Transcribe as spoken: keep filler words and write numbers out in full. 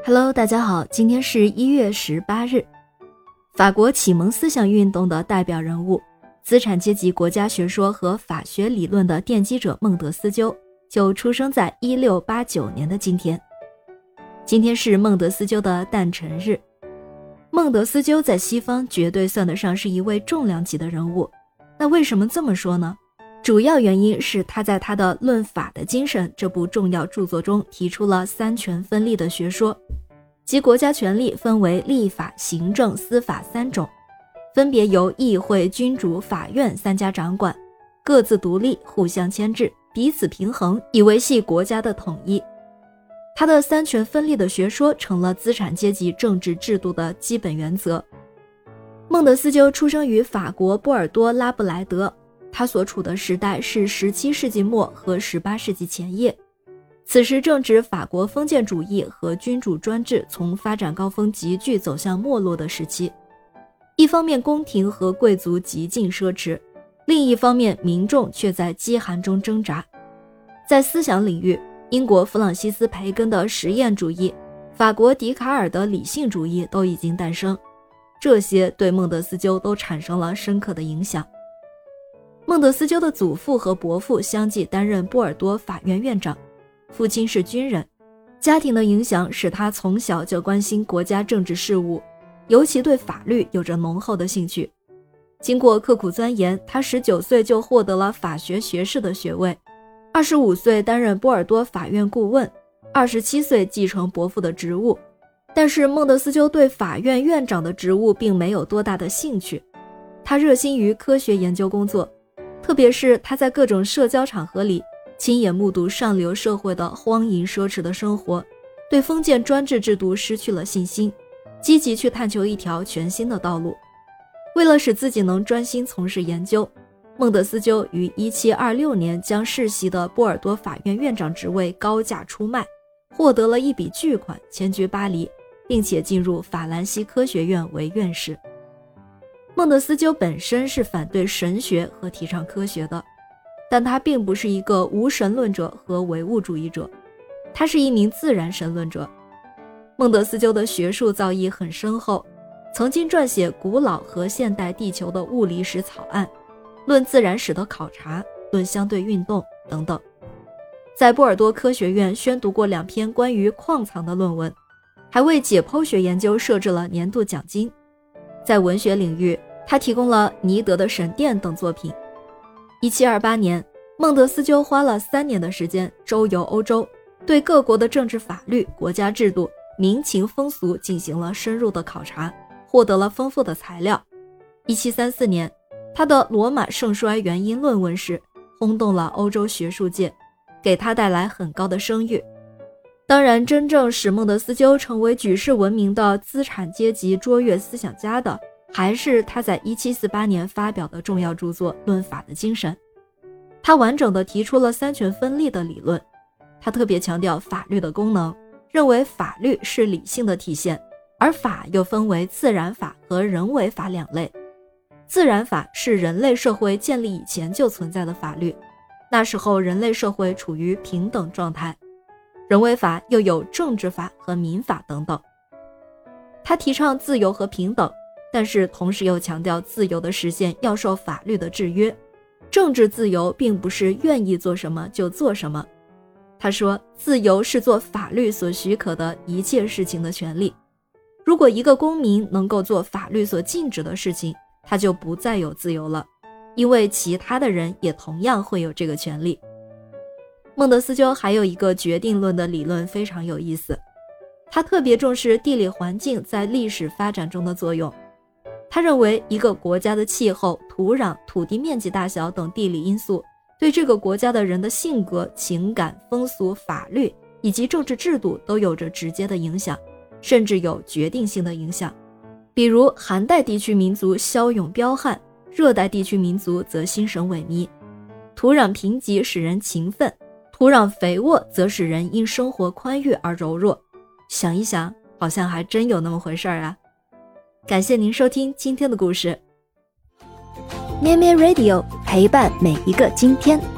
Hello， 大家好，今天是一月十八日。法国启蒙思想运动的代表人物，资产阶级国家学说和法学理论的奠基者孟德斯鸠就出生在一六八九年的今天。今天是孟德斯鸠的诞辰日。孟德斯鸠在西方绝对算得上是一位重量级的人物。那为什么这么说呢？主要原因是他在他的《论法的精神》这部重要著作中提出了三权分立的学说，即国家权力分为立法、行政、司法三种，分别由议会、君主、法院三家掌管，各自独立，互相牵制，彼此平衡，以维系国家的统一。他的三权分立的学说成了资产阶级政治制度的基本原则。孟德斯鸠出生于法国波尔多拉布莱德，他所处的时代是十七世纪末和十八世纪前叶，此时正值法国封建主义和君主专制从发展高峰急剧走向没落的时期。一方面宫廷和贵族极尽奢侈，另一方面民众却在饥寒中挣扎。在思想领域，英国弗朗西斯培根的实验主义，法国笛卡尔的理性主义都已经诞生，这些对孟德斯鸠都产生了深刻的影响。孟德斯鸠的祖父和伯父相继担任波尔多法院院长，父亲是军人，家庭的影响使他从小就关心国家政治事务，尤其对法律有着浓厚的兴趣。经过刻苦钻研，他十九岁就获得了法学学士的学位，二十五岁担任波尔多法院顾问，二十七岁继承伯父的职务。但是孟德斯鸠对法院院长的职务并没有多大的兴趣，他热心于科学研究工作，特别是他在各种社交场合里亲眼目睹上流社会的荒淫奢侈的生活，对封建专制制度失去了信心，积极去探求一条全新的道路。为了使自己能专心从事研究，孟德斯鸠于一七二六年将世袭的波尔多法院院长职位高价出卖，获得了一笔巨款，迁居巴黎，并且进入法兰西科学院为院士。孟德斯鸠本身是反对神学和提倡科学的，但他并不是一个无神论者和唯物主义者，他是一名自然神论者。孟德斯鸠的学术造诣很深厚，曾经撰写古老和现代地球的物理史草案，论自然史的考察，论相对运动等等。在波尔多科学院宣读过两篇关于矿藏的论文，还为解剖学研究设置了年度奖金。在文学领域，他提供了尼德的《神殿》等作品。一七二八年，孟德斯鸠花了三年的时间周游欧洲，对各国的政治法律、国家制度、民情风俗进行了深入的考察，获得了丰富的材料。一七三四年，他的《罗马盛衰原因论》问世，轰动了欧洲学术界，给他带来很高的声誉。当然，真正使孟德斯鸠成为举世闻名的资产阶级卓越思想家的，还是他在一七四八年发表的重要著作《论法的精神》。他完整地提出了三权分立的理论，他特别强调法律的功能，认为法律是理性的体现，而法又分为自然法和人为法两类。自然法是人类社会建立以前就存在的法律，那时候人类社会处于平等状态。人为法又有政治法和民法等等。他提倡自由和平等，但是同时又强调自由的实现要受法律的制约。政治自由并不是愿意做什么就做什么。他说，自由是做法律所许可的一切事情的权利。如果一个公民能够做法律所禁止的事情，他就不再有自由了，因为其他的人也同样会有这个权利。孟德斯鸠还有一个决定论的理论非常有意思，他特别重视地理环境在历史发展中的作用。他认为一个国家的气候、土壤、土地面积大小等地理因素对这个国家的人的性格、情感、风俗、法律以及政治制度都有着直接的影响，甚至有决定性的影响。比如寒带地区民族骁勇彪悍，热带地区民族则心神萎靡。土壤贫瘠使人勤奋，土壤肥沃则使人因生活宽裕而柔弱。想一想，好像还真有那么回事儿啊。感谢您收听今天的故事。咩咩 Radio 陪伴每一个今天。